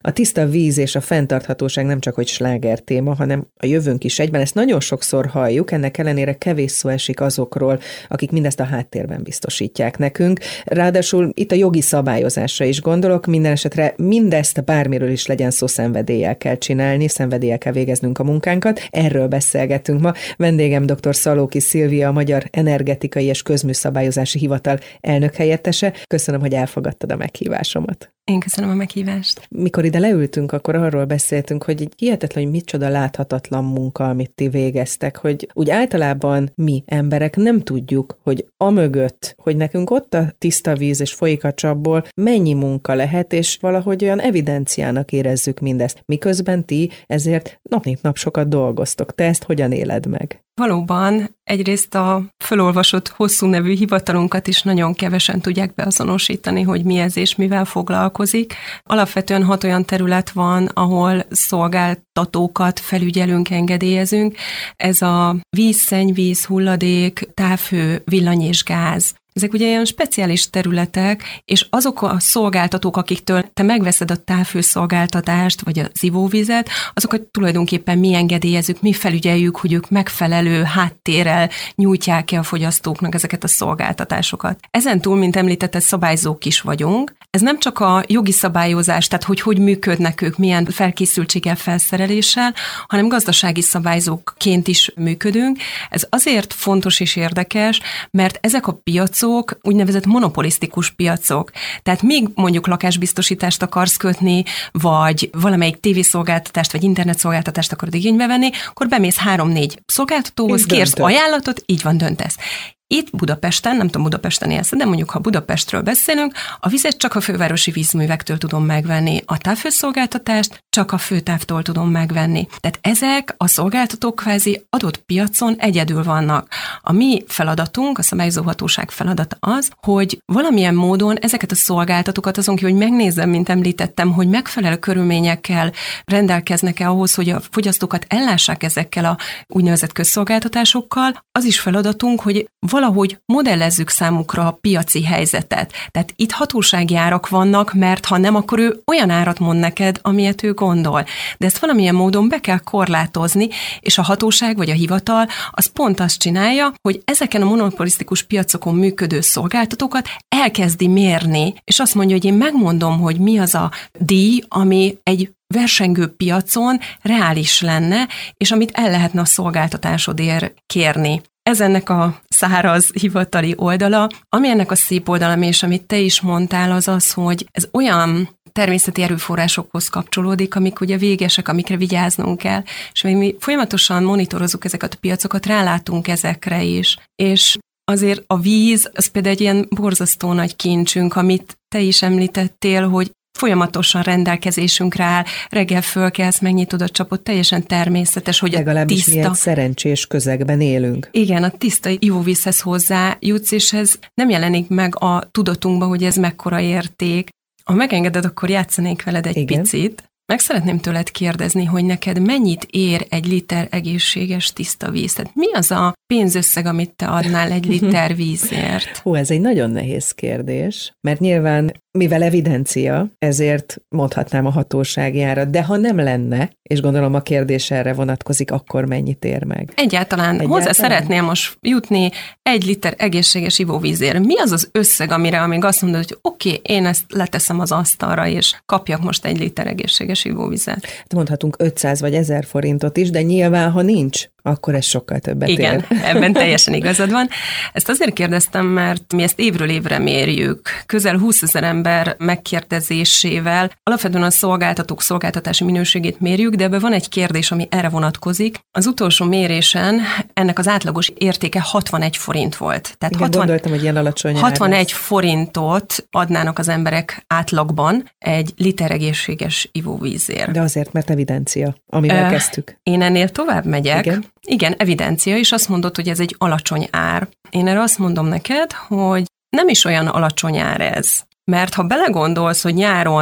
A tiszta víz és a fenntarthatóság nem csak hogy sláger téma, hanem a jövőnk is egyben. Ezt nagyon sokszor halljuk, ennek ellenére kevés szó esik azokról, akik mindezt a háttérben biztosítják nekünk. Ráadásul itt a jogi szabályozásra is gondolok, minden esetre mindezt bármiről is legyen szó, szenvedéllyel kell csinálni, szenvedéllyel kell végeznünk a munkánkat. Erről beszélgetünk ma. Vendégem dr. Szalóki Szilvia, a Magyar Energetikai és Közműszabályozási Hivatal elnökhelyettese. Köszönöm, hogy elfogadtad a meghívásomat. Én köszönöm a meghívást. Mikor ide leültünk, akkor arról beszéltünk, hogy egy hihetetlen, hogy micsoda láthatatlan munka, amit ti végeztek, hogy úgy általában mi emberek nem tudjuk, hogy amögött, hogy nekünk ott a tiszta víz és folyik a csapból, mennyi munka lehet, és valahogy olyan evidenciának érezzük mindezt. Miközben ti ezért nap mint nap sokat dolgoztok. Te ezt hogyan éled meg? Valóban egyrészt a fölolvasott hosszú nevű hivatalunkat is nagyon kevesen tudják beazonosítani, hogy mi ez és mivel foglalkozik. Alapvetően 6 olyan terület van, ahol szolgáltatókat felügyelünk, engedélyezünk. Ez a víz, szennyvíz, hulladék, távhő, villany és gáz. Ezek ugye ilyen speciális területek, és azok a szolgáltatók, akiktől te megveszed a távhőszolgáltatást, vagy az ivóvizet, azokat tulajdonképpen mi engedélyezzük, mi felügyeljük, hogy ők megfelelő háttérrel nyújtják-e a fogyasztóknak ezeket a szolgáltatásokat. Ezen túl, mint említetted, szabályzók is vagyunk. Ez nem csak a jogi szabályozás, tehát hogy működnek ők, milyen felkészültséggel, felszereléssel, hanem gazdasági szabályzóként is működünk. Ez azért fontos és érdekes, mert ezek a piacok úgynevezett monopolisztikus piacok. Tehát míg mondjuk lakásbiztosítást akarsz kötni, vagy valamelyik tévészolgáltatást, vagy internetszolgáltatást akarod igénybe venni, akkor bemész 3-4 szolgáltatóhoz, kérsz ajánlatot, így van, döntesz. Itt Budapesten, nem tudom, Budapesten élsz, de mondjuk, ha Budapestről beszélünk, a vizet csak a fővárosi vízművektől tudom megvenni, a távhőszolgáltatást csak a főtávtól tudom megvenni. Tehát ezek a szolgáltatók kvázi adott piacon egyedül vannak. A mi feladatunk, a szabályozóhatóság feladata az, hogy valamilyen módon ezeket a szolgáltatókat azon ki, hogy megnézzem, mint említettem, hogy megfelelő körülményekkel rendelkeznek-e ahhoz, hogy a fogyasztókat ellássák ezekkel a úgynevezett közszolgáltatásokkal, az is feladatunk, hogy valahogy modellezzük számukra a piaci helyzetet. Tehát itt hatósági árak vannak, mert ha nem, akkor ő olyan árat mond neked, amilyet ő gondol. De ezt valamilyen módon be kell korlátozni, és a hatóság vagy a hivatal az pont azt csinálja, hogy ezeken a monopolisztikus piacokon működő szolgáltatókat elkezdi mérni, és azt mondja, hogy én megmondom, hogy mi az a díj, ami egy versengő piacon reális lenne, és amit el lehetne a szolgáltatásodért kérni. Ez ennek a száraz hivatali oldala. Ami ennek a szép oldala, és amit te is mondtál, az az, hogy ez olyan természeti erőforrásokhoz kapcsolódik, amik ugye végesek, amikre vigyáznunk kell, és mi folyamatosan monitorozzuk ezeket a piacokat, rálátunk ezekre is. És azért a víz, az például egy ilyen borzasztó nagy kincsünk, amit te is említettél, hogy folyamatosan rendelkezésünkre áll, reggel fölkelsz, megnyitod a csapot, teljesen természetes, hogy legalábbis a tiszta... milyen szerencsés közegben élünk. Igen, a tiszta ivóvízhez hozzájutsz, és ez nem jelenik meg a tudatunkba, hogy ez mekkora érték. Ha megengeded, akkor játszanék veled egy picit. Meg szeretném tőled kérdezni, hogy neked mennyit ér egy liter egészséges tiszta víz? Tehát mi az a pénzösszeg, amit te adnál egy liter vízért? Hú, ez egy nagyon nehéz kérdés, mert nyilván, mivel evidencia, ezért mondhatnám a hatósági árat, de ha nem lenne, és gondolom a kérdés erre vonatkozik, akkor mennyit ér meg? Egyáltalán hozzá szeretném most jutni 1 liter egészséges ivóvízért. Mi az az összeg, amire amíg azt mondod, hogy oké, én ezt leteszem az asztalra, és kapjak most 1 liter egészséges ivóvizet? Mondhatunk 500 vagy 1000 forintot is, de nyilván, ha nincs, akkor ez sokkal többet ér. Igen, ebben teljesen igazad van. Ezt azért kérdeztem, mert mi ezt évről évre mérjük. Közel 20 000 ember megkérdezésével alapvetően a szolgáltatók szolgáltatási minőségét mérjük, de ebben van egy kérdés, ami erre vonatkozik. Az utolsó mérésen ennek az átlagos értéke 61 forint volt. Tehát igen, gondoltam, hogy ilyen alacsony 61 forintot adnának az emberek átlagban egy liter egészséges ivóvízért. De azért, mert evidencia, amivel kezdtük. Én ennél tovább megyek. Igen, evidencia, és azt mondod, hogy ez egy alacsony ár. Én erre azt mondom neked, hogy nem is olyan alacsony ár ez. Mert ha belegondolsz, hogy nyáron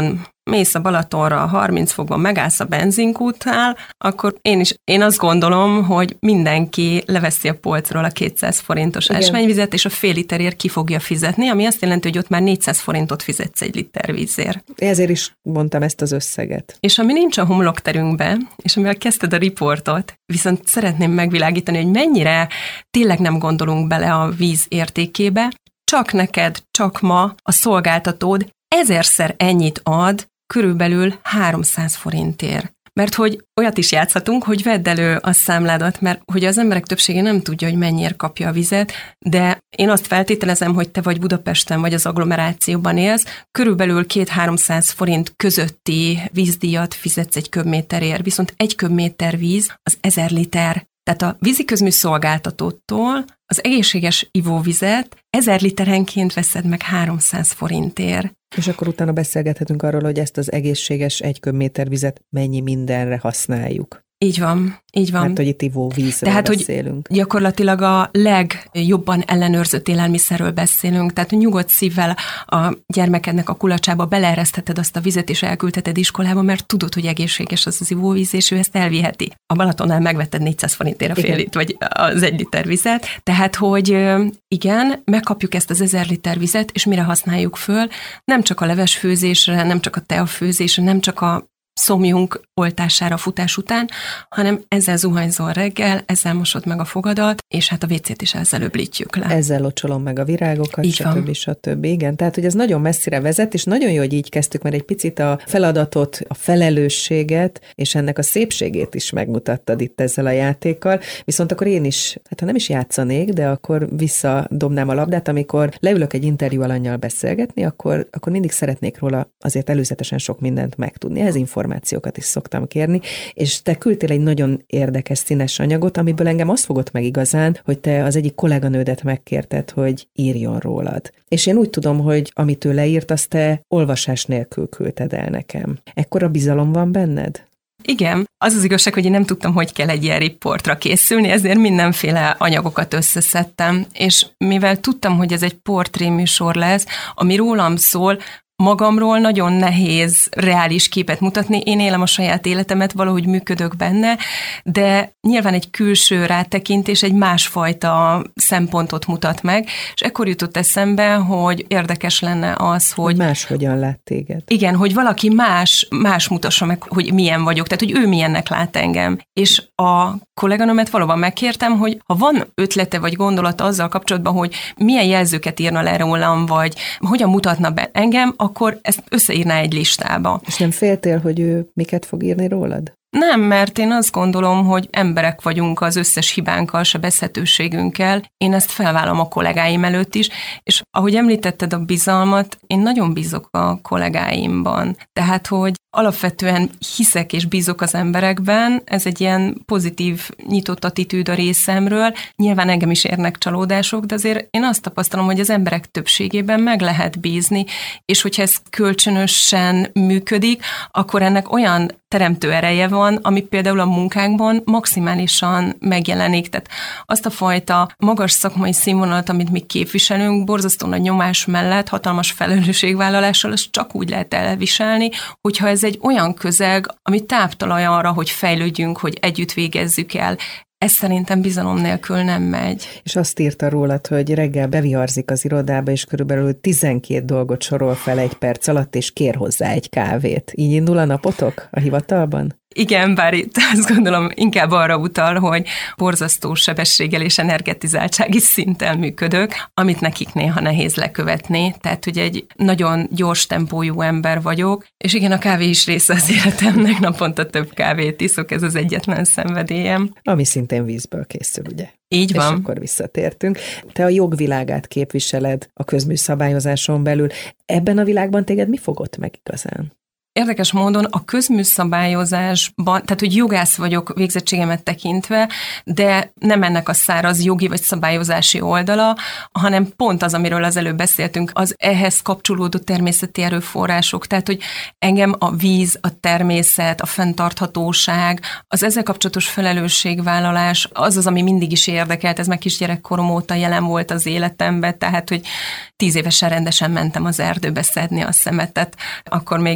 mész a Balatonra 30 fokban, megállsz a benzinkútnál, akkor én azt gondolom, hogy mindenki leveszi a polcról a 200 forintos ásványvizet, és a fél literért ki fogja fizetni, ami azt jelenti, hogy ott már 400 forintot fizetsz egy liter vízért. Ezért is mondtam ezt az összeget. És ami nincs a homlokterünkben, és amivel kezdted a riportot, viszont szeretném megvilágítani, hogy mennyire tényleg nem gondolunk bele a víz értékébe, csak neked, csak ma a szolgáltatód 1000-szer ennyit ad, körülbelül 300 forintért. Mert hogy olyat is játszhatunk, hogy vedd elő a számládat, mert hogy az emberek többsége nem tudja, hogy mennyiért kapja a vizet, de én azt feltételezem, hogy te vagy Budapesten, vagy az agglomerációban élsz, körülbelül 200-300 forint közötti vízdíjat fizetsz egy köbméterért, viszont egy köbméter víz az 1000 liter. Tehát a víziközmű szolgáltatótól az egészséges ivóvizet 1000 literenként veszed meg 300 forintért. És akkor utána beszélgethetünk arról, hogy ezt az egészséges 1 köbméter vizet mennyi mindenre használjuk. Így van, így van. Mert hogy itt ivóvízről tehát, beszélünk. Hogy gyakorlatilag a legjobban ellenőrzött élelmiszerről beszélünk, tehát nyugodt szívvel a gyermekednek a kulacsába beleeresztheted azt a vizet, és elküldheted iskolába, mert tudod, hogy egészséges az ivóvíz, és ő ezt elviheti. A Balatonnál megvetted 400 forintért a fél liter, vagy az 1 liter vizet, tehát, hogy igen, megkapjuk ezt az 1000 liter vizet, és mire használjuk föl? Nem csak a levesfőzésre, nem csak a teafőzésre, nem csak a szomjunk oltására a futás után, hanem ezzel zuhanyzol reggel, ezzel mosod meg a fogadat, és hát a WC-t is ezzel öblítjük le. Ezzel locsolom meg a virágokat, stb. Igen, tehát hogy ez nagyon messzire vezet, és nagyon jó, hogy így kezdtük, mert egy picit a feladatot, a felelősséget, és ennek a szépségét is megmutattad itt ezzel a játékkal, viszont akkor én is, hát ha nem is játszanék, de akkor visszadobnám a labdát, amikor leülök egy interjú alannyal beszélgetni, akkor mindig szeretnék róla azért előzetesen sok mindent megtudni. Ez információkat is szoktam kérni, és te küldtél egy nagyon érdekes színes anyagot, amiből engem azt fogott meg igazán, hogy te az egyik kolléganődet megkérted, hogy írjon rólad. És én úgy tudom, hogy amit ő leírt, azt te olvasás nélkül küldted el nekem. Ekkora bizalom van benned? Igen, az az igazság, hogy én nem tudtam, hogy kell egy ilyen riportra készülni, ezért mindenféle anyagokat összeszedtem, és mivel tudtam, hogy ez egy portréműsor lesz, ami rólam szól, magamról nagyon nehéz reális képet mutatni, én élem a saját életemet, valahogy működök benne, de nyilván egy külső rátekintés egy másfajta szempontot mutat meg, és ekkor jutott eszembe, hogy érdekes lenne az, hogy... Máshogyan lát téged. Igen, hogy valaki más mutassa meg, hogy milyen vagyok, tehát hogy ő milyennek lát engem. És a kolléganőmet valóban megkértem, hogy ha van ötlete vagy gondolata azzal kapcsolatban, hogy milyen jelzőket írna le rólam, vagy hogyan mutatna be engem, akkor ezt összeírná egy listába. És nem féltél, hogy ő miket fog írni rólad? Nem, mert én azt gondolom, hogy emberek vagyunk az összes hibánkkal, sebezhetőségünkkel. Én ezt felvállom a kollégáim előtt is, és ahogy említetted a bizalmat, én nagyon bízok a kollégáimban. Tehát, hogy alapvetően hiszek és bízok az emberekben, ez egy ilyen pozitív, nyitott attitűd a részemről. Nyilván engem is érnek csalódások, de azért én azt tapasztalom, hogy az emberek többségében meg lehet bízni, és hogyha ez kölcsönösen működik, akkor ennek olyan teremtő ereje van, ami például a munkánkban maximálisan megjelenik. Tehát azt a fajta magas szakmai színvonalat, amit mi képviselünk, borzasztó nagy nyomás mellett, hatalmas felelősségvállalással, azt csak úgy lehet elviselni, hogyha ez egy olyan közeg, ami táptalaj arra, hogy fejlődjünk, hogy együtt végezzük el. Ez szerintem bizalom nélkül nem megy. És azt írta rólad, hogy reggel beviharzik az irodába, és körülbelül 12 dolgot sorol fel 1 perc alatt, és kér hozzá egy kávét. Így indul a napotok a hivatalban? Igen, bár itt azt gondolom inkább arra utal, hogy borzasztó sebességgel és energetizáltsági szinttel működök, amit nekik néha nehéz lekövetni. Tehát, hogy egy nagyon gyors tempójú ember vagyok, és igen, a kávé is része az életemnek, naponta több kávét iszok, ez az egyetlen szenvedélyem. Ami szintén vízből készül, ugye? Így van. És akkor visszatértünk. Te a jogvilágát képviseled a közműszabályozáson belül. Ebben a világban téged mi fogott meg igazán? Érdekes módon a közműszabályozásban, tehát hogy jogász vagyok végzettségemet tekintve, de nem ennek a száraz jogi vagy szabályozási oldala, hanem pont az, amiről az előbb beszéltünk, az ehhez kapcsolódó természeti erőforrások, tehát hogy engem a víz, a természet, a fenntarthatóság, az ezzel kapcsolatos felelősségvállalás, az, ami mindig is érdekelt, ez meg kisgyerekkorom óta jelen volt az életemben, tehát hogy 10 évesen rendesen mentem az erdőbe szedni a szemetet, akkor még nem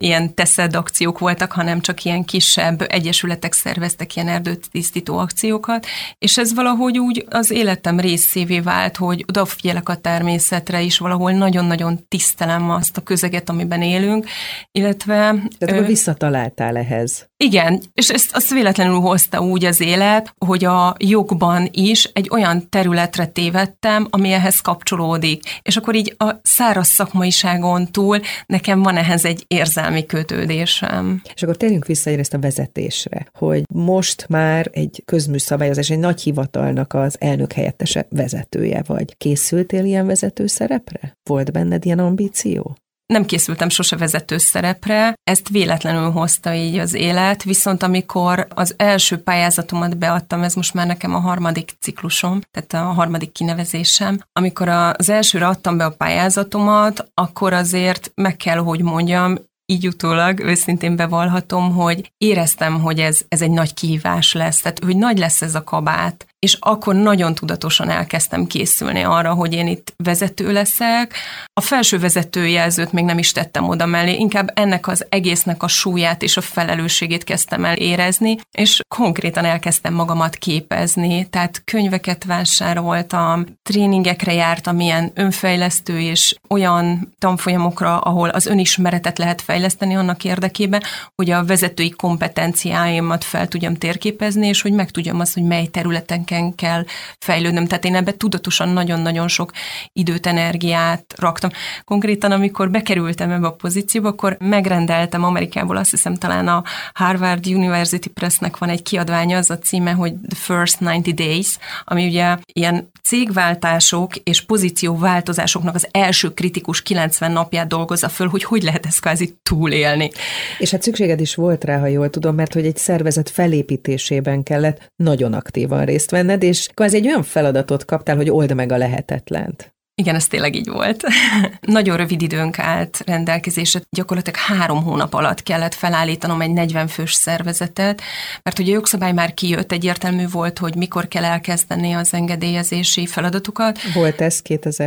ilyen teszed akciók voltak, hanem csak ilyen kisebb egyesületek szerveztek ilyen erdőtisztító akciókat, és ez valahogy úgy az életem részévé vált, hogy odafigyelek a természetre is, valahol nagyon-nagyon tisztelem azt a közeget, amiben élünk, illetve... Tehát akkor visszataláltál ehhez. Igen, és azt véletlenül hozta úgy az élet, hogy a jogban is egy olyan területre tévedtem, ami ehhez kapcsolódik. És akkor így a száraz szakmaiságon túl nekem van ehhez egy érzelmi kötődésem. És akkor térjünk vissza egyrészt a vezetésre, hogy most már egy közműszabályozás, egy nagy hivatalnak az elnök helyettese vezetője vagy. Készültél ilyen vezető szerepre? Volt benned ilyen ambíció? Nem készültem sose vezető szerepre, ezt véletlenül hozta így az élet, viszont amikor az első pályázatomat beadtam, ez most már nekem a 3. ciklusom, tehát a 3. kinevezésem, amikor az elsőre adtam be a pályázatomat, akkor azért meg kell, hogy mondjam, így utólag őszintén bevallhatom, hogy éreztem, hogy ez egy nagy kihívás lesz, tehát hogy nagy lesz ez a kabát, és akkor nagyon tudatosan elkezdtem készülni arra, hogy én itt vezető leszek. A felső vezetőjelzőt még nem is tettem oda mellé, inkább ennek az egésznek a súlyát és a felelősségét kezdtem el érezni, és konkrétan elkezdtem magamat képezni, tehát könyveket vásároltam, tréningekre jártam, ilyen önfejlesztő és olyan tanfolyamokra, ahol az önismeretet lehet fejleszteni annak érdekében, hogy a vezetői kompetenciáimat fel tudjam térképezni, és hogy megtudjam azt, hogy mely területeken kell fejlődnöm. Tehát én ebbe tudatosan nagyon-nagyon sok időt, energiát raktam. Konkrétan, amikor bekerültem ebbe a pozícióba, akkor megrendeltem Amerikából, azt hiszem talán a Harvard University Pressnek van egy kiadványa, az a címe, hogy The First 90 Days, ami ugye ilyen cégváltások és pozícióváltozásoknak az első kritikus 90 napját dolgozza föl, hogy lehet ezt kvázi túlélni. És hát szükséged is volt rá, ha jól tudom, mert hogy egy szervezet felépítésében kellett nagyon aktívan részt venned, és kvázi egy olyan feladatot kaptál, hogy old meg a lehetetlent. Igen, ez tényleg így volt. Nagyon rövid időnk állt rendelkezésre, gyakorlatilag 3 hónap alatt kellett felállítanom egy 40 fős szervezetet, mert ugye a jogszabály már kijött, egyértelmű volt, hogy mikor kell elkezdeni az engedélyezési feladatokat. Volt ez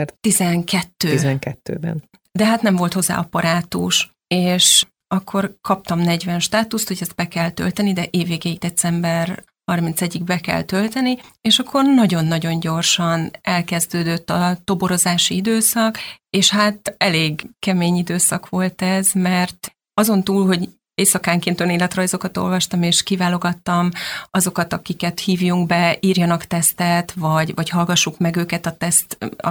2012-ben. De hát nem volt hozzá apparátus, és akkor kaptam 40 státuszt, hogy ezt be kell tölteni, de évvégéig december 31-ig be kell tölteni, és akkor nagyon-nagyon gyorsan elkezdődött a toborozási időszak, és hát elég kemény időszak volt ez, mert azon túl, hogy éjszakánként önéletrajzokat olvastam, és kiválogattam azokat, akiket hívjunk be, írjanak tesztet, vagy hallgassuk meg őket a teszt, a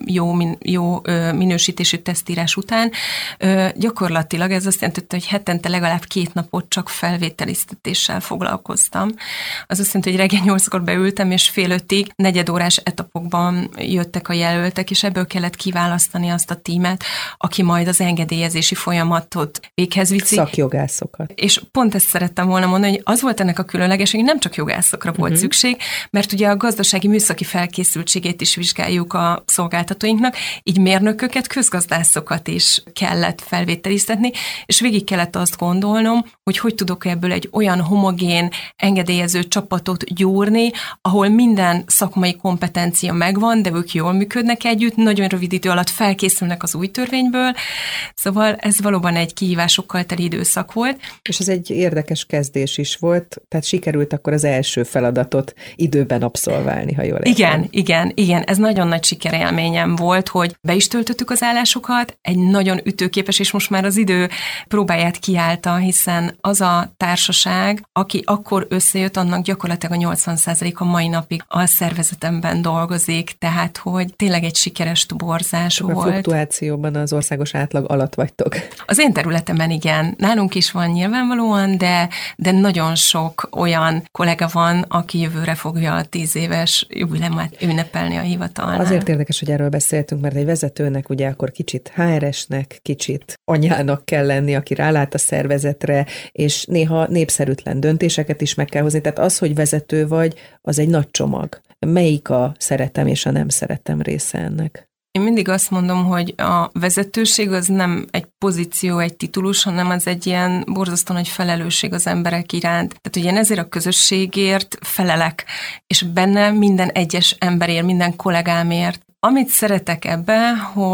jó minősítésű tesztírás után. Gyakorlatilag ez azt jelenti, hogy hetente legalább 2 napot csak felvételiztetéssel foglalkoztam. Az azt jelenti, hogy reggel 8-kor beültem, és fél 5-ig negyedórás etapokban jöttek a jelöltek, és ebből kellett kiválasztani azt a tímet, aki majd az engedélyezési folyamatot véghez viszi. Szakjogász. És pont ezt szerettem volna mondani, hogy az volt ennek a különlegesség, hogy nem csak jogászokra volt szükség, mert ugye a gazdasági műszaki felkészültségét is vizsgáljuk a szolgáltatóinknak, így mérnököket, közgazdászokat is kellett felvételiztetni, és végig kellett azt gondolnom, hogy tudok ebből egy olyan homogén, engedélyező csapatot gyúrni, ahol minden szakmai kompetencia megvan, de ők jól működnek együtt, nagyon rövid idő alatt felkészülnek az új törvényből, szóval ez valóban egy kihívásokkal teli időszak volt. És ez egy érdekes kezdés is volt, tehát sikerült akkor az első feladatot időben abszolválni, ha jól értem. Igen, ez nagyon nagy sikerélményem volt, hogy be is töltöttük az állásokat, egy nagyon ütőképes, és most már az idő próbáját kiállta, hiszen az a társaság, aki akkor összejött, annak gyakorlatilag a 80% a mai napig a szervezetemben dolgozik, tehát hogy tényleg egy sikeres toborzás volt. A fluktuációban az országos átlag alatt vagytok. Az én területemben igen, nálunk is van nyilvánvalóan, de nagyon sok olyan kollega van, aki jövőre fogja a 10 éves jubileumát ünnepelni a hivatalnál. Azért érdekes, hogy erről beszéltünk, mert egy vezetőnek ugye akkor kicsit HR-esnek, kicsit anyának kell lenni, aki rálát a szervezetre, és néha népszerűtlen döntéseket is meg kell hozni. Tehát az, hogy vezető vagy, az egy nagy csomag. Melyik a szeretem és a nem szeretem része ennek? Én mindig azt mondom, hogy a vezetőség az nem egy pozíció, egy titulus, hanem az egy ilyen borzasztó nagy felelősség az emberek iránt. Tehát ugye én ezért a közösségért felelek, és benne minden egyes emberért, minden kollégámért. Amit szeretek ebbe, hogy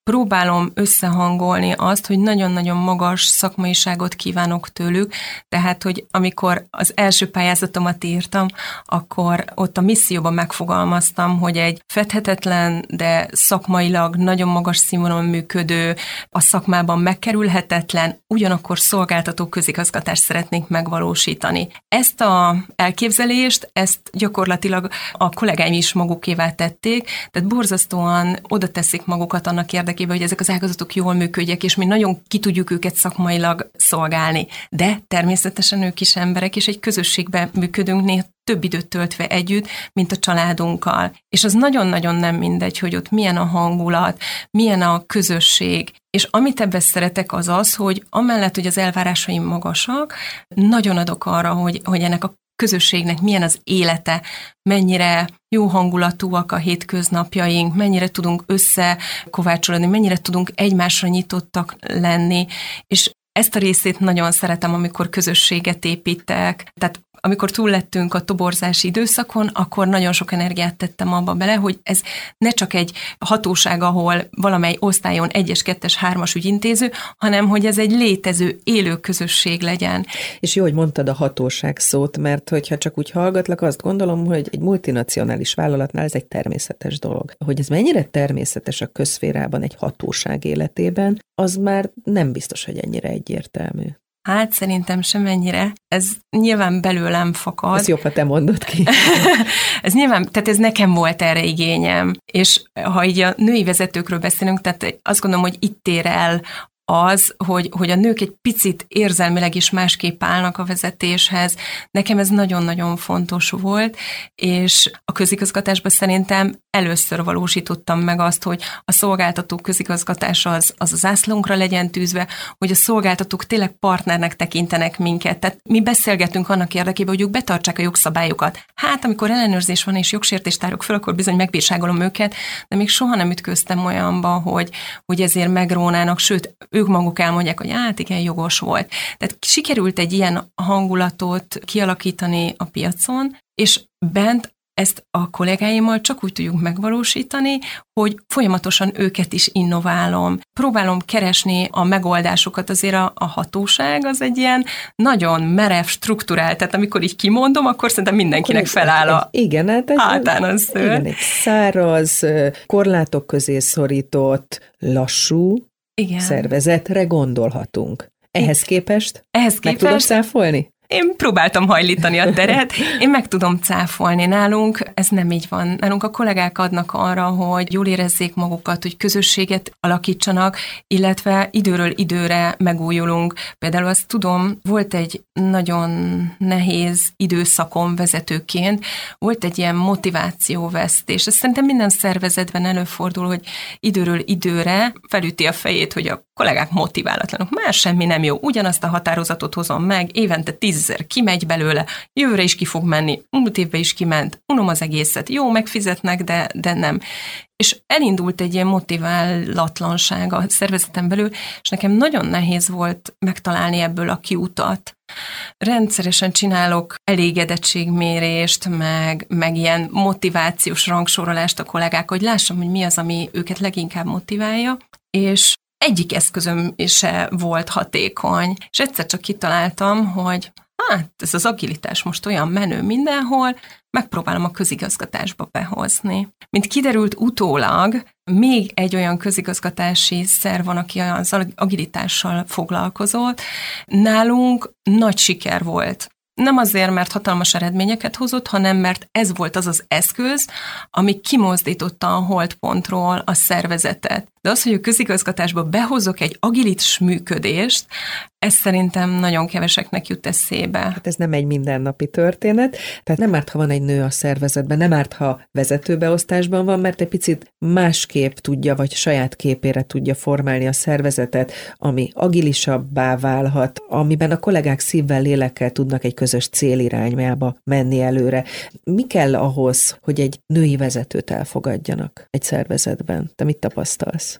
próbálom összehangolni azt, hogy nagyon-nagyon magas szakmaiságot kívánok tőlük, tehát, hogy amikor az első pályázatomat írtam, akkor ott a misszióban megfogalmaztam, hogy egy fedhetetlen, de szakmailag nagyon magas színvonalon működő, a szakmában megkerülhetetlen, ugyanakkor szolgáltató közigazgatást szeretnénk megvalósítani. Ezt az elképzelést, ezt gyakorlatilag a kollégáim is magukévá tették, tehát borzasztóan oda teszik magukat annak érdekében, hogy ezek az ágazatok jól működjek, és mi nagyon ki tudjuk őket szakmailag szolgálni. De természetesen ők is emberek, és egy közösségben működünk több időt töltve együtt, mint a családunkkal. És az nagyon-nagyon nem mindegy, hogy ott milyen a hangulat, milyen a közösség. És amit ebben szeretek az az, hogy amellett, hogy az elvárásaim magasak, nagyon adok arra, hogy ennek a közösségnek milyen az élete, mennyire jó hangulatúak a hétköznapjaink, mennyire tudunk összekovácsolódni, mennyire tudunk egymásra nyitottak lenni, és ezt a részét nagyon szeretem, amikor közösséget építek. Tehát amikor túl lettünk a toborzási időszakon, akkor nagyon sok energiát tettem abba bele, hogy ez ne csak egy hatóság, ahol valamely osztályon 1-es, 2-es, 3-as ügyintéző, hanem hogy ez egy létező, élő közösség legyen. És jó, hogy mondtad a hatóság szót, mert hogyha csak úgy hallgatlak, azt gondolom, hogy egy multinacionális vállalatnál ez egy természetes dolog. Hogy ez mennyire természetes a közszférában, egy hatóság életében, az már nem biztos, hogy ennyire egyértelmű. Hát szerintem semennyire. Ez nyilván belőlem fakad. Ez jobb, ha te mondod ki. Ez nyilván, tehát ez nekem volt erre igényem. És ha így a női vezetőkről beszélünk, tehát azt gondolom, hogy itt ér el az, hogy a nők egy picit érzelmileg is másképp állnak a vezetéshez. Nekem ez nagyon-nagyon fontos volt, és a közigazgatásban szerintem először valósítottam meg azt, hogy a szolgáltató közigazgatása az a zászlónkra legyen tűzve, hogy a szolgáltatók tényleg partnernek tekintenek minket. Tehát mi beszélgetünk annak érdekében, hogy ők betartsák a jogszabályokat. Hát, amikor ellenőrzés van és jogsértést tárok föl, akkor bizony megbírságolom őket, de még soha nem ütköztem olyanba, hogy ezért megrónának, sőt, ők maguk elmondják, hogy hát igen, jogos volt. Tehát sikerült egy ilyen hangulatot kialakítani a piacon, és bent ezt a kollégáimmal csak úgy tudjuk megvalósítani, hogy folyamatosan őket is innoválom. Próbálom keresni a megoldásokat, azért a hatóság az egy ilyen nagyon merev, strukturált, tehát amikor így kimondom, akkor szerintem mindenkinek feláll a hátán az szőr. Igen, egy száraz, korlátok közé szorított, lassú szervezetre gondolhatunk. Ehhez képest meg tudod cáfolni? Én próbáltam hajlítani a teret, én meg tudom cáfolni. Nálunk ez nem így van. Nálunk a kollégák adnak arra, hogy jól érezzék magukat, hogy közösséget alakítsanak, illetve időről időre megújulunk. Például azt tudom, volt egy nagyon nehéz időszakom vezetőként, volt egy ilyen motivációvesztés. Ez szerintem minden szervezetben előfordul, hogy időről időre felüti a fejét, hogy a kollégák motiválatlanok. Már semmi nem jó. Ugyanazt a határozatot hozom meg, évente 10.000 kimegy belőle, jövőre is ki fog menni, múlt évben is kiment, unom az egészet, jó, megfizetnek, de nem. És elindult egy ilyen motiválatlanság a szervezeten belül, és nekem nagyon nehéz volt megtalálni ebből a kiutat. Rendszeresen csinálok elégedettségmérést, meg ilyen motivációs rangsorolást a kollégák, hogy lássam, hogy mi az, ami őket leginkább motiválja, és egyik eszközöm se volt hatékony, és egyszer csak kitaláltam, hogy hát ez az agilitás most olyan menő mindenhol, megpróbálom a közigazgatásba behozni. Mint kiderült utólag, még egy olyan közigazgatási szerv van, aki az agilitással foglalkozott. Nálunk nagy siker volt. Nem azért, mert hatalmas eredményeket hozott, hanem mert ez volt az az eszköz, ami kimozdította a holdpontról a szervezetet. De az, hogy a közigazgatásba behozok egy agilis működést, ez szerintem nagyon keveseknek jut eszébe. Hát ez nem egy mindennapi történet, tehát nem árt, ha van egy nő a szervezetben, nem árt, ha vezetőbeosztásban van, mert egy picit másképp tudja, vagy saját képére tudja formálni a szervezetet, ami agilisabbá válhat, amiben a kollégák szívvel, lélekkel tudnak egy közös célirányába menni előre. Mi kell ahhoz, hogy egy női vezetőt elfogadjanak egy szervezetben? Te mit tapasztalsz?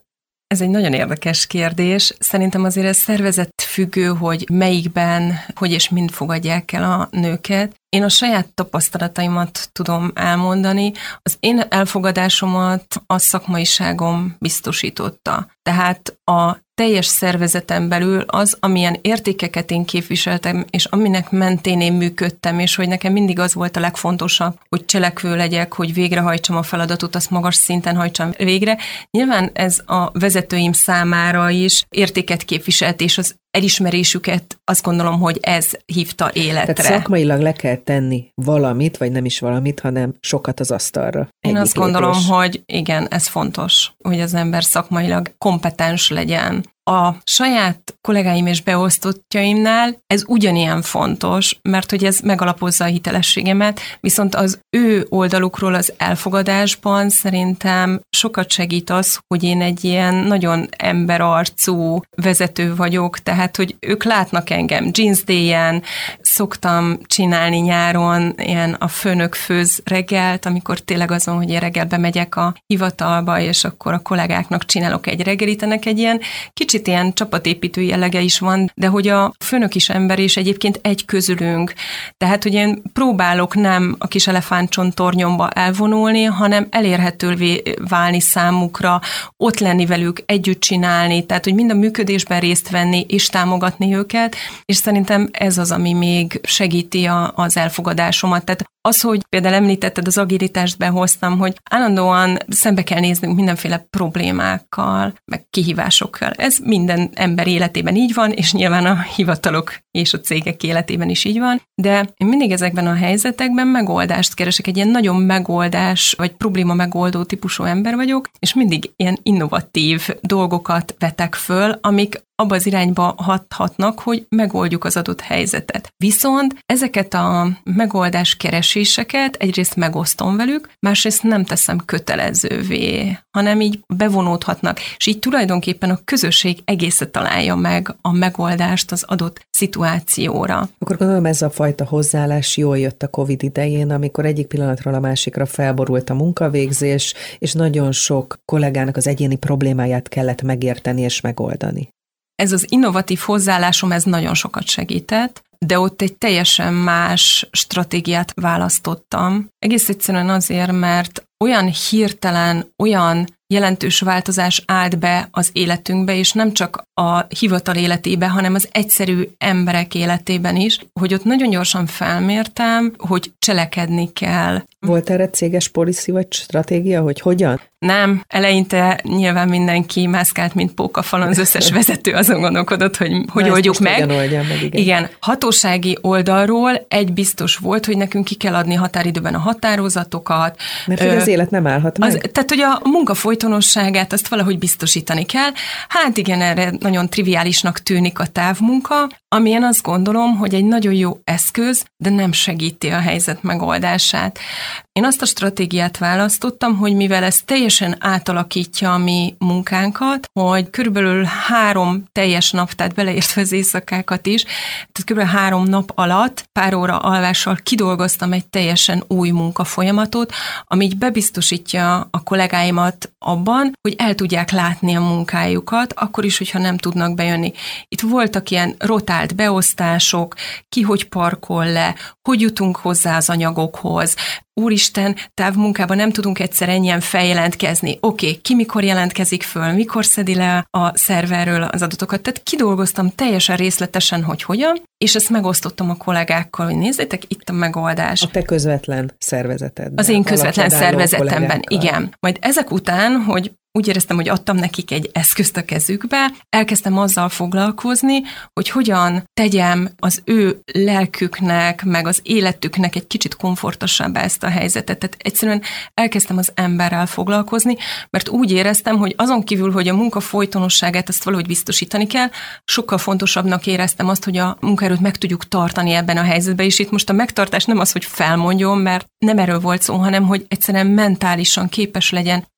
Ez egy nagyon érdekes kérdés. Szerintem azért ez szervezetfüggő, hogy melyikben, hogy és mind fogadják el a nőket. Én a saját tapasztalataimat tudom elmondani. Az én elfogadásomat a szakmaiságom biztosította. Tehát a teljes szervezeten belül az, amilyen értékeket én képviseltem, és aminek mentén én működtem, és hogy nekem mindig az volt a legfontosabb, hogy cselekvő legyek, hogy végrehajtsam a feladatot, azt magas szinten hajtsam végre. Nyilván ez a vezetőim számára is értéket képviselt, és az elismerésüket azt gondolom, hogy ez hívta életre. Tehát szakmailag le kell tenni valamit, vagy nem is valamit, hanem sokat az asztalra. Én azt gondolom, hogy igen, ez fontos, hogy az ember szakmailag kompetens legyen. A saját kollégáim és beosztottjaimnál ez ugyanilyen fontos, mert hogy ez megalapozza a hitelességemet, viszont az ő oldalukról az elfogadásban szerintem sokat segít az, hogy én egy ilyen nagyon emberarcú vezető vagyok, tehát hogy ők látnak engem jeansdéjen, szoktam csinálni nyáron ilyen a főnök főz reggelt, amikor tényleg azon, hogy én reggel bemegyek a hivatalba, és akkor a kollégáknak csinálok egy reggelit, ennek egy ilyen kicsit ilyen csapatépítő jellege is van, de hogy a főnök is ember, és egyébként egy közülünk. Tehát, hogy én próbálok nem a kis elefántcsontornyomba elvonulni, hanem elérhetővé válni számukra, ott lenni velük, együtt csinálni, tehát, hogy mind a működésben részt venni, és támogatni őket, és szerintem ez az, ami még segíti az elfogadásomat. Tehát az, hogy például említetted, az agilitást behoztam, hogy állandóan szembe kell néznünk mindenféle problémákkal, meg kihívásokkal. Ez minden ember életében így van, és nyilván a hivatalok és a cégek életében is így van, de én mindig ezekben a helyzetekben megoldást keresek, egy ilyen nagyon megoldás, vagy probléma megoldó típusú ember vagyok, és mindig ilyen innovatív dolgokat vetek föl, amik abba az irányba hathatnak, hogy megoldjuk az adott helyzetet. Viszont ezeket a megoldás kereséseket egyrészt megosztom velük, másrészt nem teszem kötelezővé, hanem így bevonódhatnak, és így tulajdonképpen a közösség egészet találja meg a megoldást az adott szituációra. Akkor gondolom ez a fajta hozzáállás jól jött a Covid idején, amikor egyik pillanatról a másikra felborult a munkavégzés, és nagyon sok kollégának az egyéni problémáját kellett megérteni és megoldani. Ez az innovatív hozzáállásom, ez nagyon sokat segített, de ott egy teljesen más stratégiát választottam. Egész egyszerűen azért, mert olyan hirtelen, olyan jelentős változás állt be az életünkbe, és nem csak a hivatal életébe, hanem az egyszerű emberek életében is, hogy ott nagyon gyorsan felmértem, hogy cselekedni kell. Volt erre céges policy vagy stratégia, hogy hogyan? Nem, eleinte nyilván mindenki mászkált, mint pókafalon, az összes vezető azon gondolkodott, hogy oldjuk meg. Igen, hatósági oldalról egy biztos volt, hogy nekünk ki kell adni határidőben a határozatokat. Mert hogy az élet nem állhat meg. Tehát, hogy a munka folytonosságát azt valahogy biztosítani kell. Hát igen, erre nagyon triviálisnak tűnik a távmunka, amilyen azt gondolom, hogy egy nagyon jó eszköz, de nem segíti a helyzet megoldását. Én azt a stratégiát választottam, hogy mivel ez teljesen átalakítja a mi munkánkat, hogy körülbelül 3 teljes nap, tehát beleértve az éjszakákat is, tehát körülbelül 3 nap alatt pár óra alvással kidolgoztam egy teljesen új munkafolyamatot, ami így bebiztosítja a kollégáimat abban, hogy el tudják látni a munkájukat, akkor is, hogyha nem tudnak bejönni. Itt voltak ilyen rotált beosztások, ki hogy parkol le, hogy jutunk hozzá az anyagokhoz, úristen, távmunkában nem tudunk egyszer ennyien feljelentkezni. Oké, ki mikor jelentkezik föl, mikor szedi le a szerverről az adatokat. Tehát kidolgoztam teljesen részletesen, hogy hogyan, és ezt megosztottam a kollégákkal, hogy nézzétek, itt a megoldás. A te közvetlen szervezetedben. Az én közvetlen szervezetemben, igen. Majd ezek után, hogy úgy éreztem, hogy adtam nekik egy eszközt a kezükbe, elkezdtem azzal foglalkozni, hogy hogyan tegyem az ő lelküknek, meg az életüknek egy kicsit komfortosabbá ezt a helyzetet. Tehát egyszerűen elkezdtem az emberrel foglalkozni, mert úgy éreztem, hogy azon kívül, hogy a munka folytonosságát ezt valahogy biztosítani kell, sokkal fontosabbnak éreztem azt, hogy a munkaerőt meg tudjuk tartani ebben a helyzetben, és itt most a megtartás nem az, hogy felmondjon, mert nem erről volt szó, hanem hogy egyszerűen mentálisan képes legyen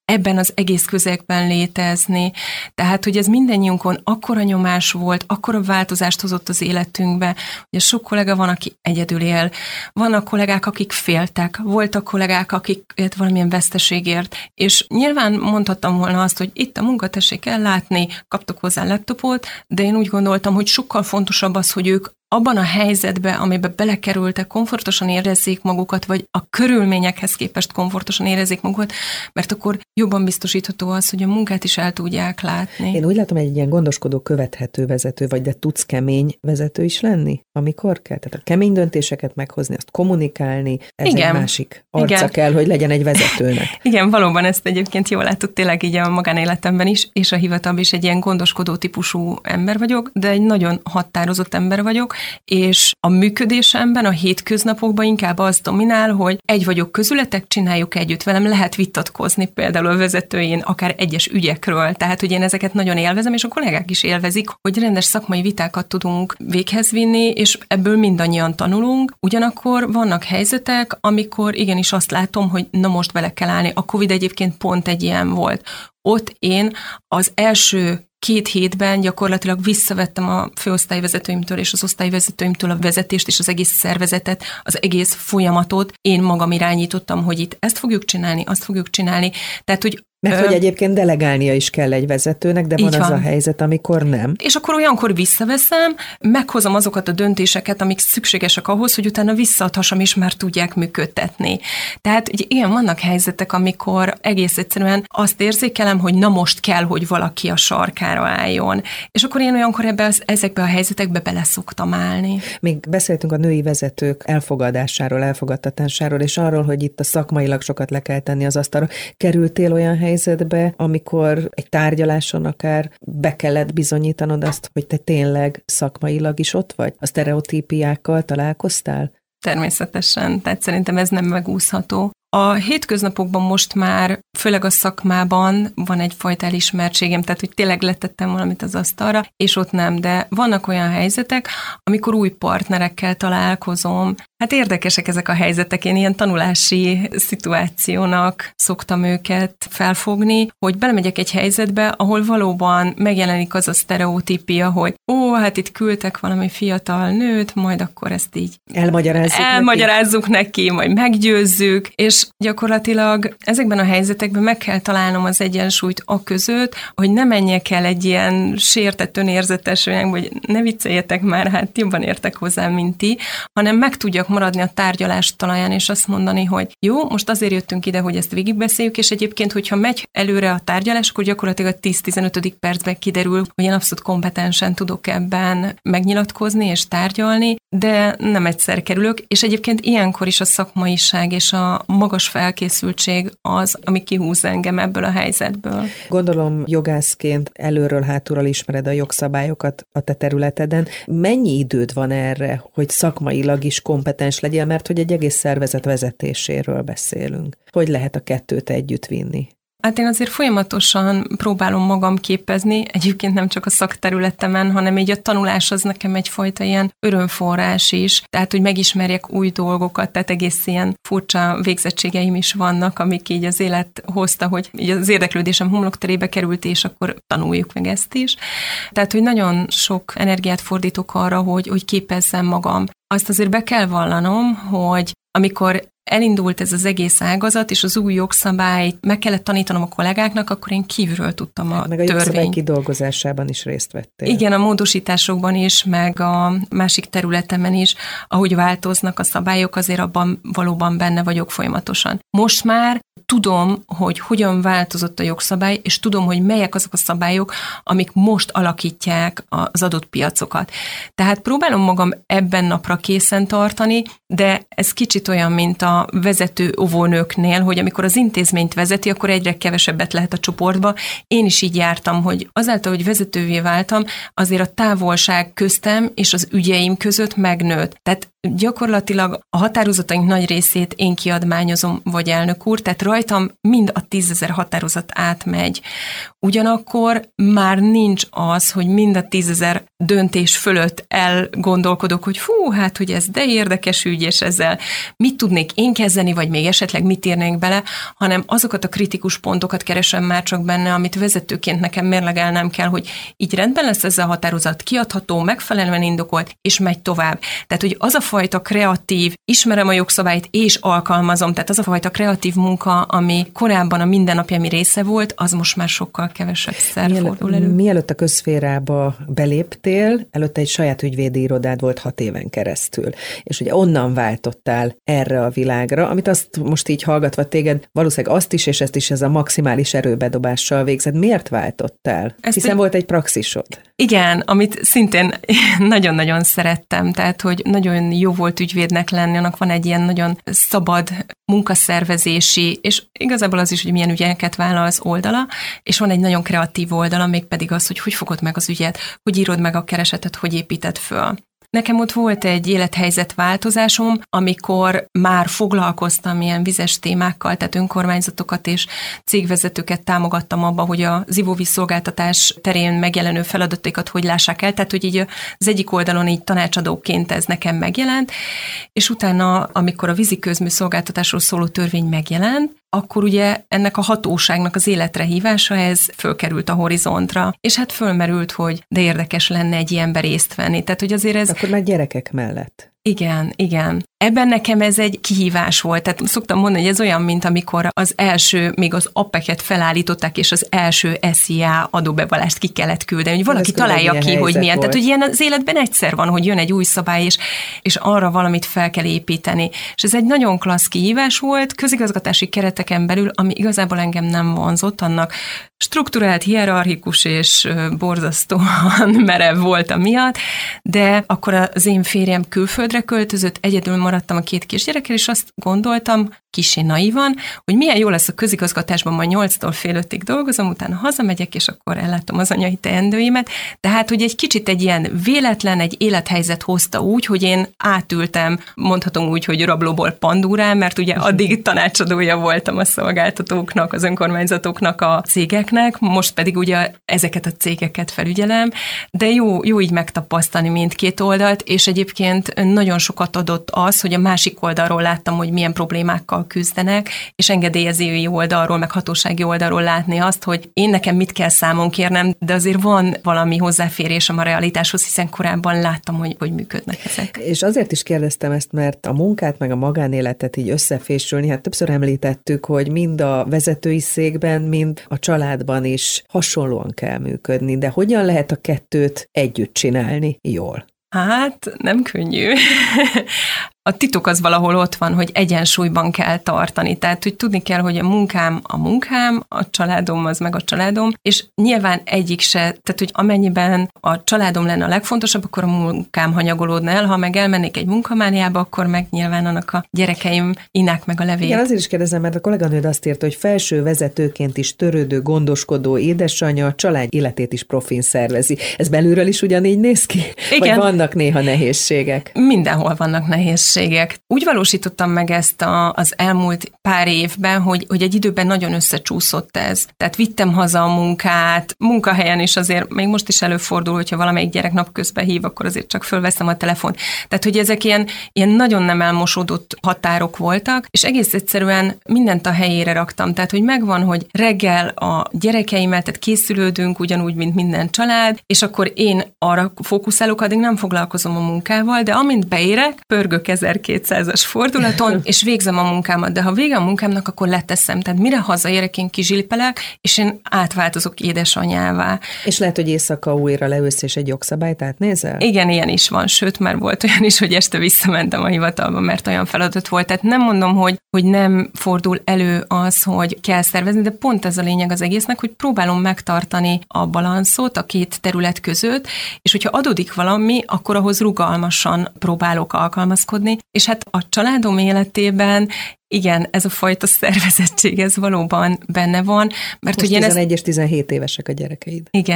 ebben az egész közegben létezni. Tehát, hogy ez mindannyiunkon akkora nyomás volt, akkora változást hozott az életünkbe. Ugye sok kollega van, aki egyedül él. Vannak kollégák, akik féltek. Voltak kollégák, akik valamilyen veszteségért. És nyilván mondhattam volna azt, hogy itt a munka, tessék ellátni, kaptok hozzá laptopot, de én úgy gondoltam, hogy sokkal fontosabb az, hogy ők abban a helyzetben, amiben belekerültek, komfortosan érezzék magukat, vagy a körülményekhez képest komfortosan érezzék magukat, mert akkor jobban biztosítható az, hogy a munkát is el tudják látni. Én úgy látom, egy ilyen gondoskodó, követhető vezető vagy, de tudsz kemény vezető is lenni, amikor kell? Tehát a kemény döntéseket meghozni, azt kommunikálni, ez igen, egy másik arca kell, hogy legyen egy vezetőnek. Igen, valóban ezt egyébként jól látod, tényleg így a magánéletemben is, és a hivatalban is egy ilyen gondoskodó típusú ember vagyok, de egy nagyon határozott ember vagyok, és a működésemben, a hétköznapokban inkább az dominál, hogy egy vagyok közületek, csináljuk együtt velem, lehet vitatkozni például a vezetőjén, akár egyes ügyekről, tehát hogy én ezeket nagyon élvezem, és a kollégák is élvezik, hogy rendes szakmai vitákat tudunk véghez vinni, és ebből mindannyian tanulunk. Ugyanakkor vannak helyzetek, amikor igenis azt látom, hogy na most bele kell állni. A Covid egyébként pont egy ilyen volt. Ott én az első 2 hétben gyakorlatilag visszavettem a főosztályvezetőimtől és az osztályvezetőimtől a vezetést és az egész szervezetet, az egész folyamatot. Én magam irányítottam, hogy itt ezt fogjuk csinálni, azt fogjuk csinálni. Tehát, hogy mert hogy egyébként delegálnia is kell egy vezetőnek, de van az a helyzet, amikor nem. És akkor olyankor visszaveszem, meghozom azokat a döntéseket, amik szükségesek ahhoz, hogy utána visszaadhassam, és már tudják működtetni. Tehát ugye, igen, vannak helyzetek, amikor egész egyszerűen azt érzékelem, hogy na most kell, hogy valaki a sarkára álljon. És akkor én olyankor ezekbe a helyzetekbe bele szoktam állni. Még beszéltünk a női vezetők elfogadásáról, elfogadtatásáról, és arról, hogy itt a szakmailag sokat le kell tenni az asztalra. Kerültél olyan helyzetbe, amikor egy tárgyaláson akár be kellett bizonyítanod azt, hogy te tényleg szakmailag is ott vagy? A sztereotípiákkal találkoztál? Természetesen, tehát szerintem ez nem megúszható. A hétköznapokban most már, főleg a szakmában van egyfajta elismertségem, tehát hogy tényleg letettem valamit az asztalra, és ott nem, de vannak olyan helyzetek, amikor új partnerekkel találkozom. Hát érdekesek ezek a helyzetek, én ilyen tanulási szituációnak szoktam őket felfogni, hogy belemegyek egy helyzetbe, ahol valóban megjelenik az a sztereotípia, hogy hát itt küldtek valami fiatal nőt, majd akkor ezt így elmagyarázzuk neki, majd meggyőzzük, és gyakorlatilag ezekben a helyzetekben meg kell találnom az egyensúlyt a között, hogy ne menjek el egy ilyen sértett önérzetes, vagy ne vicceljetek már, hát jobban értek hozzá, mint ti, hanem meg tudjak maradni a tárgyalás talaján, és azt mondani, hogy jó, most azért jöttünk ide, hogy ezt végigbeszéljük, és egyébként, hogyha megy előre a tárgyalás, akkor gyakorlatilag a 10-15. percben kiderül, hogy én abszolút kompetensen tudok ebben megnyilatkozni és tárgyalni, de nem egyszer kerülök, és egyébként ilyenkor is a szakmaiság és a magas felkészültség az, ami kihúz engem ebből a helyzetből. Gondolom jogászként előről, hátulról ismered a jogszabályokat a te területeden. Mennyi időd van erre, hogy szakmailag is kompetens legyél, mert hogy egy egész szervezet vezetéséről beszélünk. Hogy lehet a kettőt együtt vinni? Hát én azért folyamatosan próbálom magam képezni, egyébként nem csak a szakterületemen, hanem így a tanulás az nekem egyfajta ilyen örömforrás is, tehát hogy megismerjek új dolgokat, tehát egész ilyen furcsa végzettségeim is vannak, amik így az élet hozta, hogy így az érdeklődésem homlokterébe került, és akkor tanuljuk meg ezt is. Tehát, hogy nagyon sok energiát fordítok arra, hogy képezzem magam. Azt azért be kell vallanom, hogy amikor elindult ez az egész ágazat, és az új jogszabályt meg kellett tanítanom a kollégáknak, akkor én kívülről tudtam a meg a jogszabály kidolgozásában is részt vettél. Igen, a módosításokban is, meg a másik területemen is, ahogy változnak a szabályok, azért abban valóban benne vagyok folyamatosan. Most már tudom, hogy hogyan változott a jogszabály, és tudom, hogy melyek azok a szabályok, amik most alakítják az adott piacokat. Tehát próbálom magam ebben napra készen tartani, de ez kicsit olyan, mint a vezető óvónőknél, hogy amikor az intézményt vezeti, akkor egyre kevesebbet lehet a csoportba. Én is így jártam, hogy azáltal, hogy vezetővé váltam, azért a távolság köztem és az ügyeim között megnőtt. Tehát gyakorlatilag a határozataink nagy részét én kiadmányozom, vagy elnök úr, tehát rajtam mind a 10 000 határozat átmegy. ugyanakkor már nincs az, hogy mind a 10 000 döntés fölött elgondolkodok, hogy hát, hogy ez de érdekes ügy, és ezzel mit tudnék én kezdeni, vagy még esetleg mit írnék bele, hanem azokat a kritikus pontokat keresem már csak benne, amit vezetőként nekem mérlegelnem kell, hogy így rendben lesz ez a határozat, kiadható, megfelelően indokolt, és megy tovább. Tehát, hogy az a fajta kreatív, ismerem a jogszabályt, és alkalmazom, tehát az a fajta kreatív munka, ami korábban a mindennapjaim része volt, az most már sokkal kevesebbszer fordul elő. Mielőtt a közszférába beléptél, előtte egy saját ügyvédi irodád volt 6 éven keresztül, és ugye onnan váltottál erre a világra, amit azt most így hallgatva téged, valószínűleg azt is, és ezt is ez a maximális erőbedobással végzed. Miért váltottál? Hiszen volt egy praxisod. Igen, amit szintén nagyon-nagyon szerettem, tehát, hogy nagyon jó volt ügyvédnek lenni, annak van egy ilyen nagyon szabad munkaszervezési, és igazából az is, hogy milyen ügyeket vállalsz oldala, és van egy nagyon kreatív oldala, mégpedig az, hogy fogod meg az ügyet, hogy írod meg a keresetet, hogy építed föl. Nekem ott volt egy élethelyzet változásom, amikor már foglalkoztam ilyen vizes témákkal, tehát önkormányzatokat és cégvezetőket támogattam abba, hogy az ivóvízszolgáltatás terén megjelenő feladataikat hogy lássák el, tehát hogy így az egyik oldalon így tanácsadóként ez nekem megjelent, és utána, amikor a vízi közműszolgáltatásról szóló törvény megjelent, akkor ugye ennek a hatóságnak az életre hívása, ez fölkerült a horizontra, és hát fölmerült, hogy de érdekes lenne egy ilyenben részt venni. Tehát, hogy azért ez... Akkor már gyerekek mellett. Igen. Ebben nekem ez egy kihívás volt. Tehát szoktam mondani, hogy ez olyan, mint amikor az első, még az APEC-et felállították, és az első SZIA adóbevallást ki kellett küldeni, hogy valaki találja ki, hogy milyen. Volt. Tehát, hogy ilyen az életben egyszer van, hogy jön egy új szabály, és arra valamit fel kell építeni. És ez egy nagyon klassz kihívás volt, közigazgatási kereteken belül, ami igazából engem nem vonzott, annak strukturált, hierarchikus és borzasztóan merev volt miatt, de akkor az én férjem külföldre költözött, egyedül maradtam a 2 kisgyerekkel, és azt gondoltam, kissé naivan, hogy milyen jó lesz a közigazgatásban, majd 8-tól fél 5-ig dolgozom, utána hazamegyek, és akkor ellátom az anyai teendőimet. Tehát, hogy egy kicsit egy ilyen véletlen, egy élethelyzet hozta úgy, hogy én átültem, mondhatom úgy, hogy rablóból pandúrán, mert ugye addig tanácsadója voltam a szolgáltatóknak, az önkormányzatoknak, a cégeknek, most pedig ugye ezeket a cégeket felügyelem, de jó így megtapasztalni mindkét oldalt, és egyébként nagyon sokat adott az, hogy a másik oldalról láttam, hogy milyen problémákkal küzdenek, és engedélyezői oldalról, meg hatósági oldalról látni azt, hogy én nekem mit kell számon kérnem, de azért van valami hozzáférésem a realitáshoz, hiszen korábban láttam, hogy működnek ezek. És azért is kérdeztem ezt, mert a munkát meg a magánéletet így összefésülni, hát többször említettük, hogy mind a vezetői székben, mind a családban is hasonlóan kell működni, de hogyan lehet a kettőt együtt csinálni jól? Hát, nem könnyű. A titok az valahol ott van, hogy egyensúlyban kell tartani. Tehát, hogy tudni kell, hogy a munkám, a családom az meg a családom, és nyilván egyik se, tehát, hogy amennyiben a családom lenne a legfontosabb, akkor a munkám hanyagolódna el, ha meg elmennék egy munkamániába, akkor meg nyilván annak a gyerekeim innák meg a levét. Igen, azért is kérdezem, mert a kolléganőd azt írta, hogy felső vezetőként is törődő, gondoskodó édesanyja a család életét is profin szervezi. Ez belülről is ugyanígy néz ki? Igen. Vagy vannak néha nehézségek? Mindenhol vannak nehézségek. Úgy valósítottam meg ezt az elmúlt pár évben, hogy egy időben nagyon összecsúszott ez. Tehát vittem haza a munkát, munkahelyen is azért, még most is előfordul, hogyha valamelyik gyerek napközben hív, akkor azért csak fölveszem a telefont. Tehát, hogy ezek ilyen nagyon nem elmosódott határok voltak, és egész egyszerűen mindent a helyére raktam. Tehát, hogy megvan, hogy reggel a gyerekeimmel, tehát készülődünk ugyanúgy, mint minden család, és akkor én arra fókuszálok, addig nem foglalkozom a munkával, de amint beérek, pörgök 1200-as fordulaton, és végzem a munkámat, de ha vége a munkámnak, akkor leteszem. Tehát mire hazaérek, én kizsilipelek, és én átváltozok édesanyává. És lehet, hogy éjszaka újra leülsz, és egy jogszabályt átnézel? Igen, ilyen is van, sőt, már volt olyan is, hogy este visszamentem a hivatalba, mert olyan feladat volt. Tehát nem mondom, hogy nem fordul elő az, hogy kell szervezni, de pont ez a lényeg az egésznek, hogy próbálom megtartani a balanszot a két terület között, és hogyha adódik valami, akkor ahhoz rugalmasan próbálok alkalmazkodni, és hát a családom életében igen, ez a fajta szervezettség, ez valóban benne van. Mert most ugye 11 és 17 évesek a gyerekeid. Igen.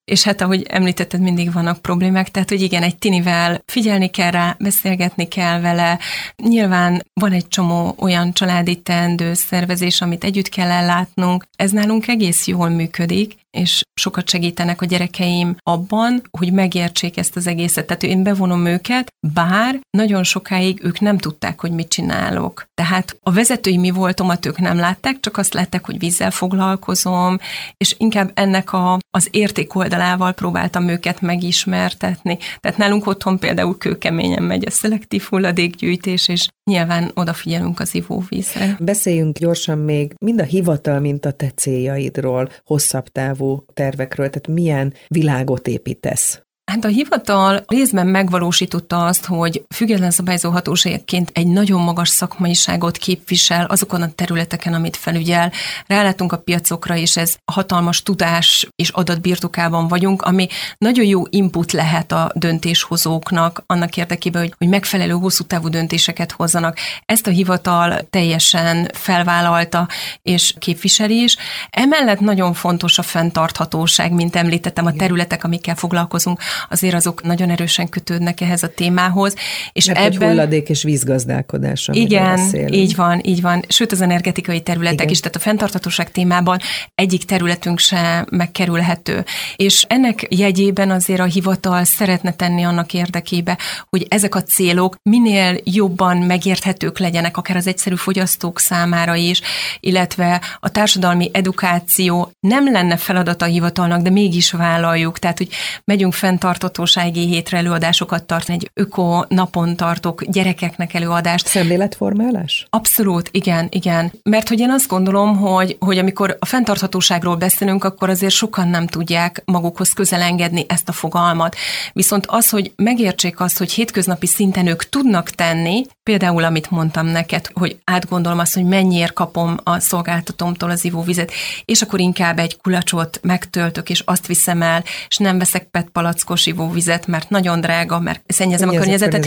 És hát ahogy említetted, mindig vannak problémák, tehát hogy igen, egy tinivel figyelni kell rá, beszélgetni kell vele. Nyilván van egy csomó olyan családi teendő, szervezés, amit együtt kell ellátnunk. Ez nálunk egész jól működik, és sokat segítenek a gyerekeim abban, hogy megértsék ezt az egészet. Tehát én bevonom őket, bár nagyon sokáig ők nem tudták, hogy mit csinálok. Tehát a vezetői mi voltomat ők nem látták, csak azt látták, hogy vízzel foglalkozom, és inkább ennek az érték oldalával próbáltam őket megismertetni. Tehát nálunk otthon például kőkeményen megy a szelektív hulladékgyűjtés, és nyilván odafigyelünk az ivóvízre. Beszéljünk gyorsan még mind a hivatal, mint a te céljaidról, hosszabb távú tervekről, tehát milyen világot építesz? Hát a hivatal részben megvalósította azt, hogy független szabályozó hatóságként egy nagyon magas szakmaiságot képvisel azokon a területeken, amit felügyel. Rálátunk a piacokra, és ez hatalmas tudás és adat birtokában vagyunk, ami nagyon jó input lehet a döntéshozóknak annak érdekében, hogy megfelelő hosszú távú döntéseket hozzanak. Ezt a hivatal teljesen felvállalta és képviseli is. Emellett nagyon fontos a fenntarthatóság, mint említettem, a területek, amikkel foglalkozunk, azért azok nagyon erősen kötődnek ehhez a témához. És mert ebben... hogy hulladék és vízgazdálkodás, igen, így van. Sőt, az energetikai területek igen. is, tehát a fenntarthatóság témában egyik területünk se megkerülhető. És ennek jegyében azért a hivatal szeretne tenni annak érdekébe, hogy ezek a célok minél jobban megérthetők legyenek, akár az egyszerű fogyasztók számára is, illetve a társadalmi edukáció nem lenne feladata a hivatalnak, de mégis vállaljuk. Tehát, hogy megyünk fenntarthatósági hétre előadásokat tartani, egy öko napon tartok gyerekeknek előadást. Szemléletformálás? Abszolút, igen. Mert hogy én azt gondolom, hogy amikor a fenntarthatóságról beszélünk, akkor azért sokan nem tudják magukhoz közel engedni ezt a fogalmat. Viszont az, hogy megértsék azt, hogy hétköznapi szinten ők tudnak tenni, például amit mondtam neked, hogy átgondolom azt, hogy mennyiért kapom a szolgáltatómtól az ivóvizet, és akkor inkább egy kulacsot megtöltök, és azt viszem el, és nem veszek PET palackos ivóvizet, mert nagyon drága, mert szennyezem a környezetet.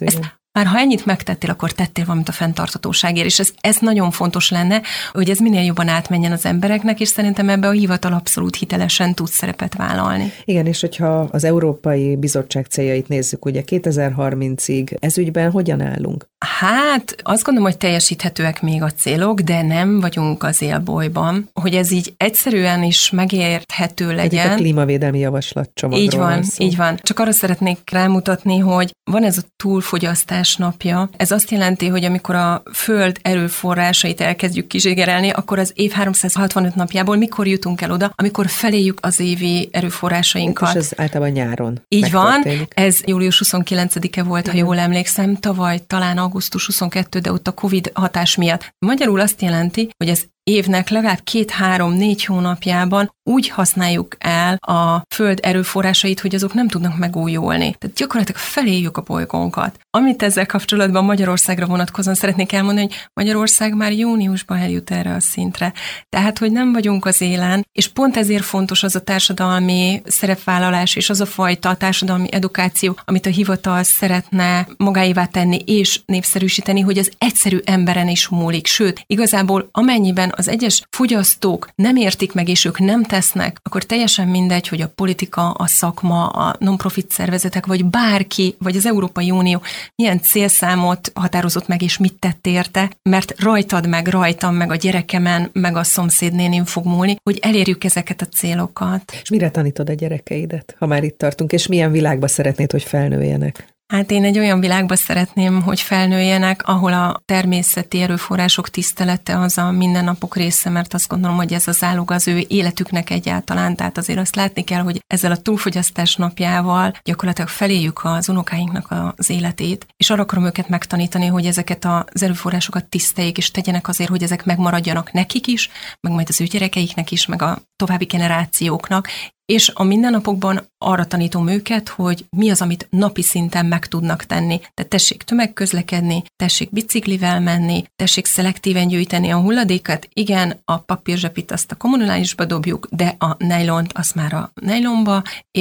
Már ha ennyit megtettél, akkor tettél valamit a fenntarthatóságért, és ez nagyon fontos lenne, hogy ez minél jobban átmenjen az embereknek, és szerintem ebbe a hivatal abszolút hitelesen tud szerepet vállalni. Igen, és hogyha az Európai Bizottság céljait nézzük, ugye 2030-ig ez ügyben hogyan állunk? Hát azt gondolom, hogy teljesíthetőek még a célok, de nem vagyunk az élbolyban, hogy ez így egyszerűen is megérthető legyen. Itt a klímavédelmi javaslatcsomagról így van. Csak arra szeretnék rámutatni, hogy van ez a túlfogyasztás napja. Ez azt jelenti, hogy amikor a föld erőforrásait elkezdjük kizségerelni, akkor az év 365 napjából mikor jutunk el oda, amikor feléjük az évi erőforrásainkat. És ez általában nyáron. Így van, ez július 29-e volt, ha jól emlékszem, tavaly talán augusztus 22, de ott a Covid hatás miatt. Magyarul azt jelenti, hogy az évnek legalább 2-3-4 hónapjában úgy használjuk el a föld erőforrásait, hogy azok nem tudnak megújulni. Tehát gyakorlatilag feléjük a bolygónkat. Amit ezzel kapcsolatban Magyarországra vonatkozóan szeretnék elmondani, hogy Magyarország már júniusban eljut erre a szintre. Tehát, hogy nem vagyunk az élen, és pont ezért fontos az a társadalmi szerepvállalás és az a fajta társadalmi edukáció, amit a hivatal szeretne magáévá tenni és népszerűsíteni, hogy az egyszerű emberen is múlik. Sőt, igazából amennyiben az egyes fogyasztók nem értik meg, és ők nem tesznek, akkor teljesen mindegy, hogy a politika, a szakma, a non-profit szervezetek, vagy bárki, vagy az Európai Unió milyen célszámot határozott meg, és mit tett érte, mert rajtad meg, rajtam, meg a gyerekemen, meg a szomszédnénin fog múlni, hogy elérjük ezeket a célokat. És mire tanítod a gyerekeidet, ha már itt tartunk, és milyen világba szeretnéd, hogy felnőjenek? Hát én egy olyan világba szeretném, hogy felnőjenek, ahol a természeti erőforrások tisztelete az a mindennapok része, mert azt gondolom, hogy ez az zálog az ő életüknek egyáltalán. Tehát azért azt látni kell, hogy ezzel a túlfogyasztás napjával gyakorlatilag feléljük az unokáinknak az életét, és arra akarom őket megtanítani, hogy ezeket az erőforrásokat tiszteljék, és tegyenek azért, hogy ezek megmaradjanak nekik is, meg majd az ő gyerekeiknek is, meg a további generációknak, és a mindennapokban arra tanítom őket, hogy mi az, amit napi szinten meg tudnak tenni. Tehát tessék tömegközlekedni, tessék biciklivel menni, tessék szelektíven gyűjteni a hulladékat. Igen, a papírzsepit azt a kommunálisba dobjuk, de a nejlont azt már a nejlonba, és hogy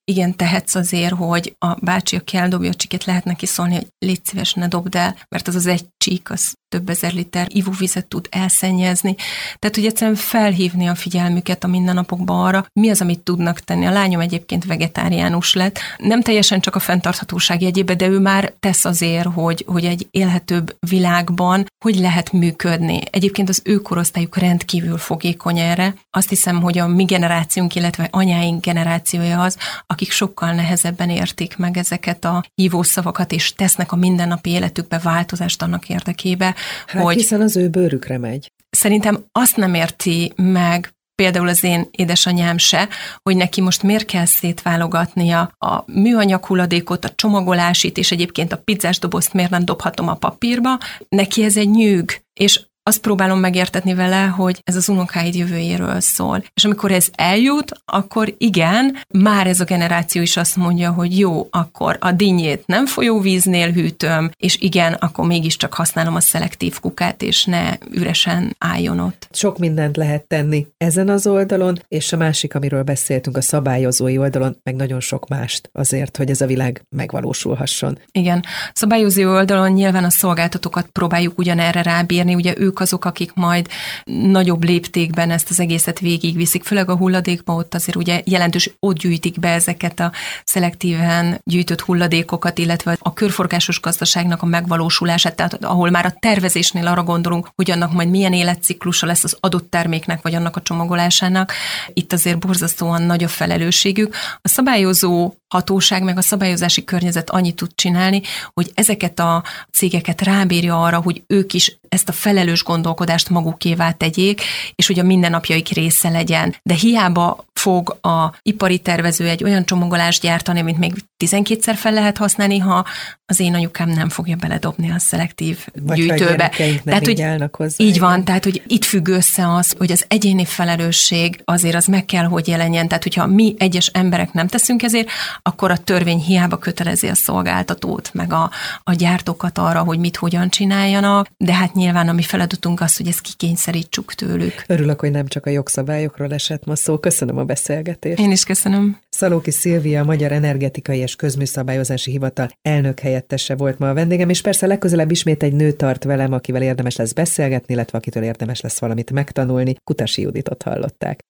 igen, tehetsz azért, hogy a bácsi, aki eldobja a csikét, lehet neki szólni, hogy légy szíves, ne dobd el, mert az egy csík, az több ezer liter ivóvizet tud elszennyezni. Tehát, hogy egyszerűen felhívni a figyelmüket a mindennapokban arra, mi az, amit tudnak tenni. A lányom egyébként vegetáriánus lett. Nem teljesen csak a fenntarthatóság jegyébe, de ő már tesz azért, hogy egy élhetőbb világban hogy lehet működni. Egyébként az ő korosztályuk rendkívül fogékony erre. Azt hiszem, hogy a mi generációnk, illetve anyáink generációja az, akik sokkal nehezebben értik meg ezeket a hívószavakat, és tesznek a mindennapi életükbe változást annak érdekébe, hogy... hiszen az ő bőrükre megy. Szerintem azt nem érti meg például az én édesanyám se, hogy neki most miért kell szétválogatnia a műanyag hulladékot, a csomagolásit, és egyébként a pizzás dobozt miért nem dobhatom a papírba. Neki ez egy nyűg, és azt próbálom megértetni vele, hogy ez az unokáid jövőjéről szól. És amikor ez eljut, akkor igen, már ez a generáció is azt mondja, hogy jó, akkor a dinnyét nem folyóvíznél hűtöm, és igen, akkor mégiscsak használom a szelektív kukát, és ne üresen álljon ott. Sok mindent lehet tenni ezen az oldalon, és a másik, amiről beszéltünk, a szabályozói oldalon, meg nagyon sok mást azért, hogy ez a világ megvalósulhasson. Igen, szabályozói oldalon nyilván a szolgáltatókat próbáljuk ugyanerre rábírni, ugye ők azok, akik majd nagyobb léptékben ezt az egészet végigviszik, főleg a hulladékba, ott azért ugye jelentős, ott gyűjtik be ezeket a szelektíven gyűjtött hulladékokat, illetve a körforgásos gazdaságnak a megvalósulását, tehát ahol már a tervezésnél arra gondolunk, hogy annak majd milyen életciklusa lesz az adott terméknek, vagy annak a csomagolásának, itt azért borzasztóan nagy a felelősségük. A szabályozó hatóság meg a szabályozási környezet annyit tud csinálni, hogy ezeket a cégeket rábírja arra, hogy ők is ezt a felelős gondolkodást magukévá tegyék, és hogy a mindennapjaik része legyen. De hiába fog a ipari tervező egy olyan csomagolást gyártani, amit még 12-szer fel lehet használni, ha az én anyukám nem fogja beledobni a szelektív gyűjtőbe. Tehát, hogy hozzá, így van, tehát, hogy itt függ össze az, hogy az egyéni felelősség azért az meg kell, hogy jelenjen. Tehát, hogyha mi egyes emberek nem teszünk ezért, akkor a törvény hiába kötelezi a szolgáltatót, meg a gyártókat arra, hogy mit hogyan csináljanak, de hát nyilván a mi feladatunk az, hogy ezt kikényszerítsük tőlük. Örülök, hogy nem csak a jogszabályokról esett ma szó. Köszönöm a beszélgetést. Én is köszönöm. Szalóki Szilvia, a Magyar Energetikai és Közműszabályozási Hivatal elnök helyettese volt ma a vendégem, és persze legközelebb ismét egy nő tart velem, akivel érdemes lesz beszélgetni, illetve akitől érdemes lesz valamit megtanulni. Kutasi Juditot hallották.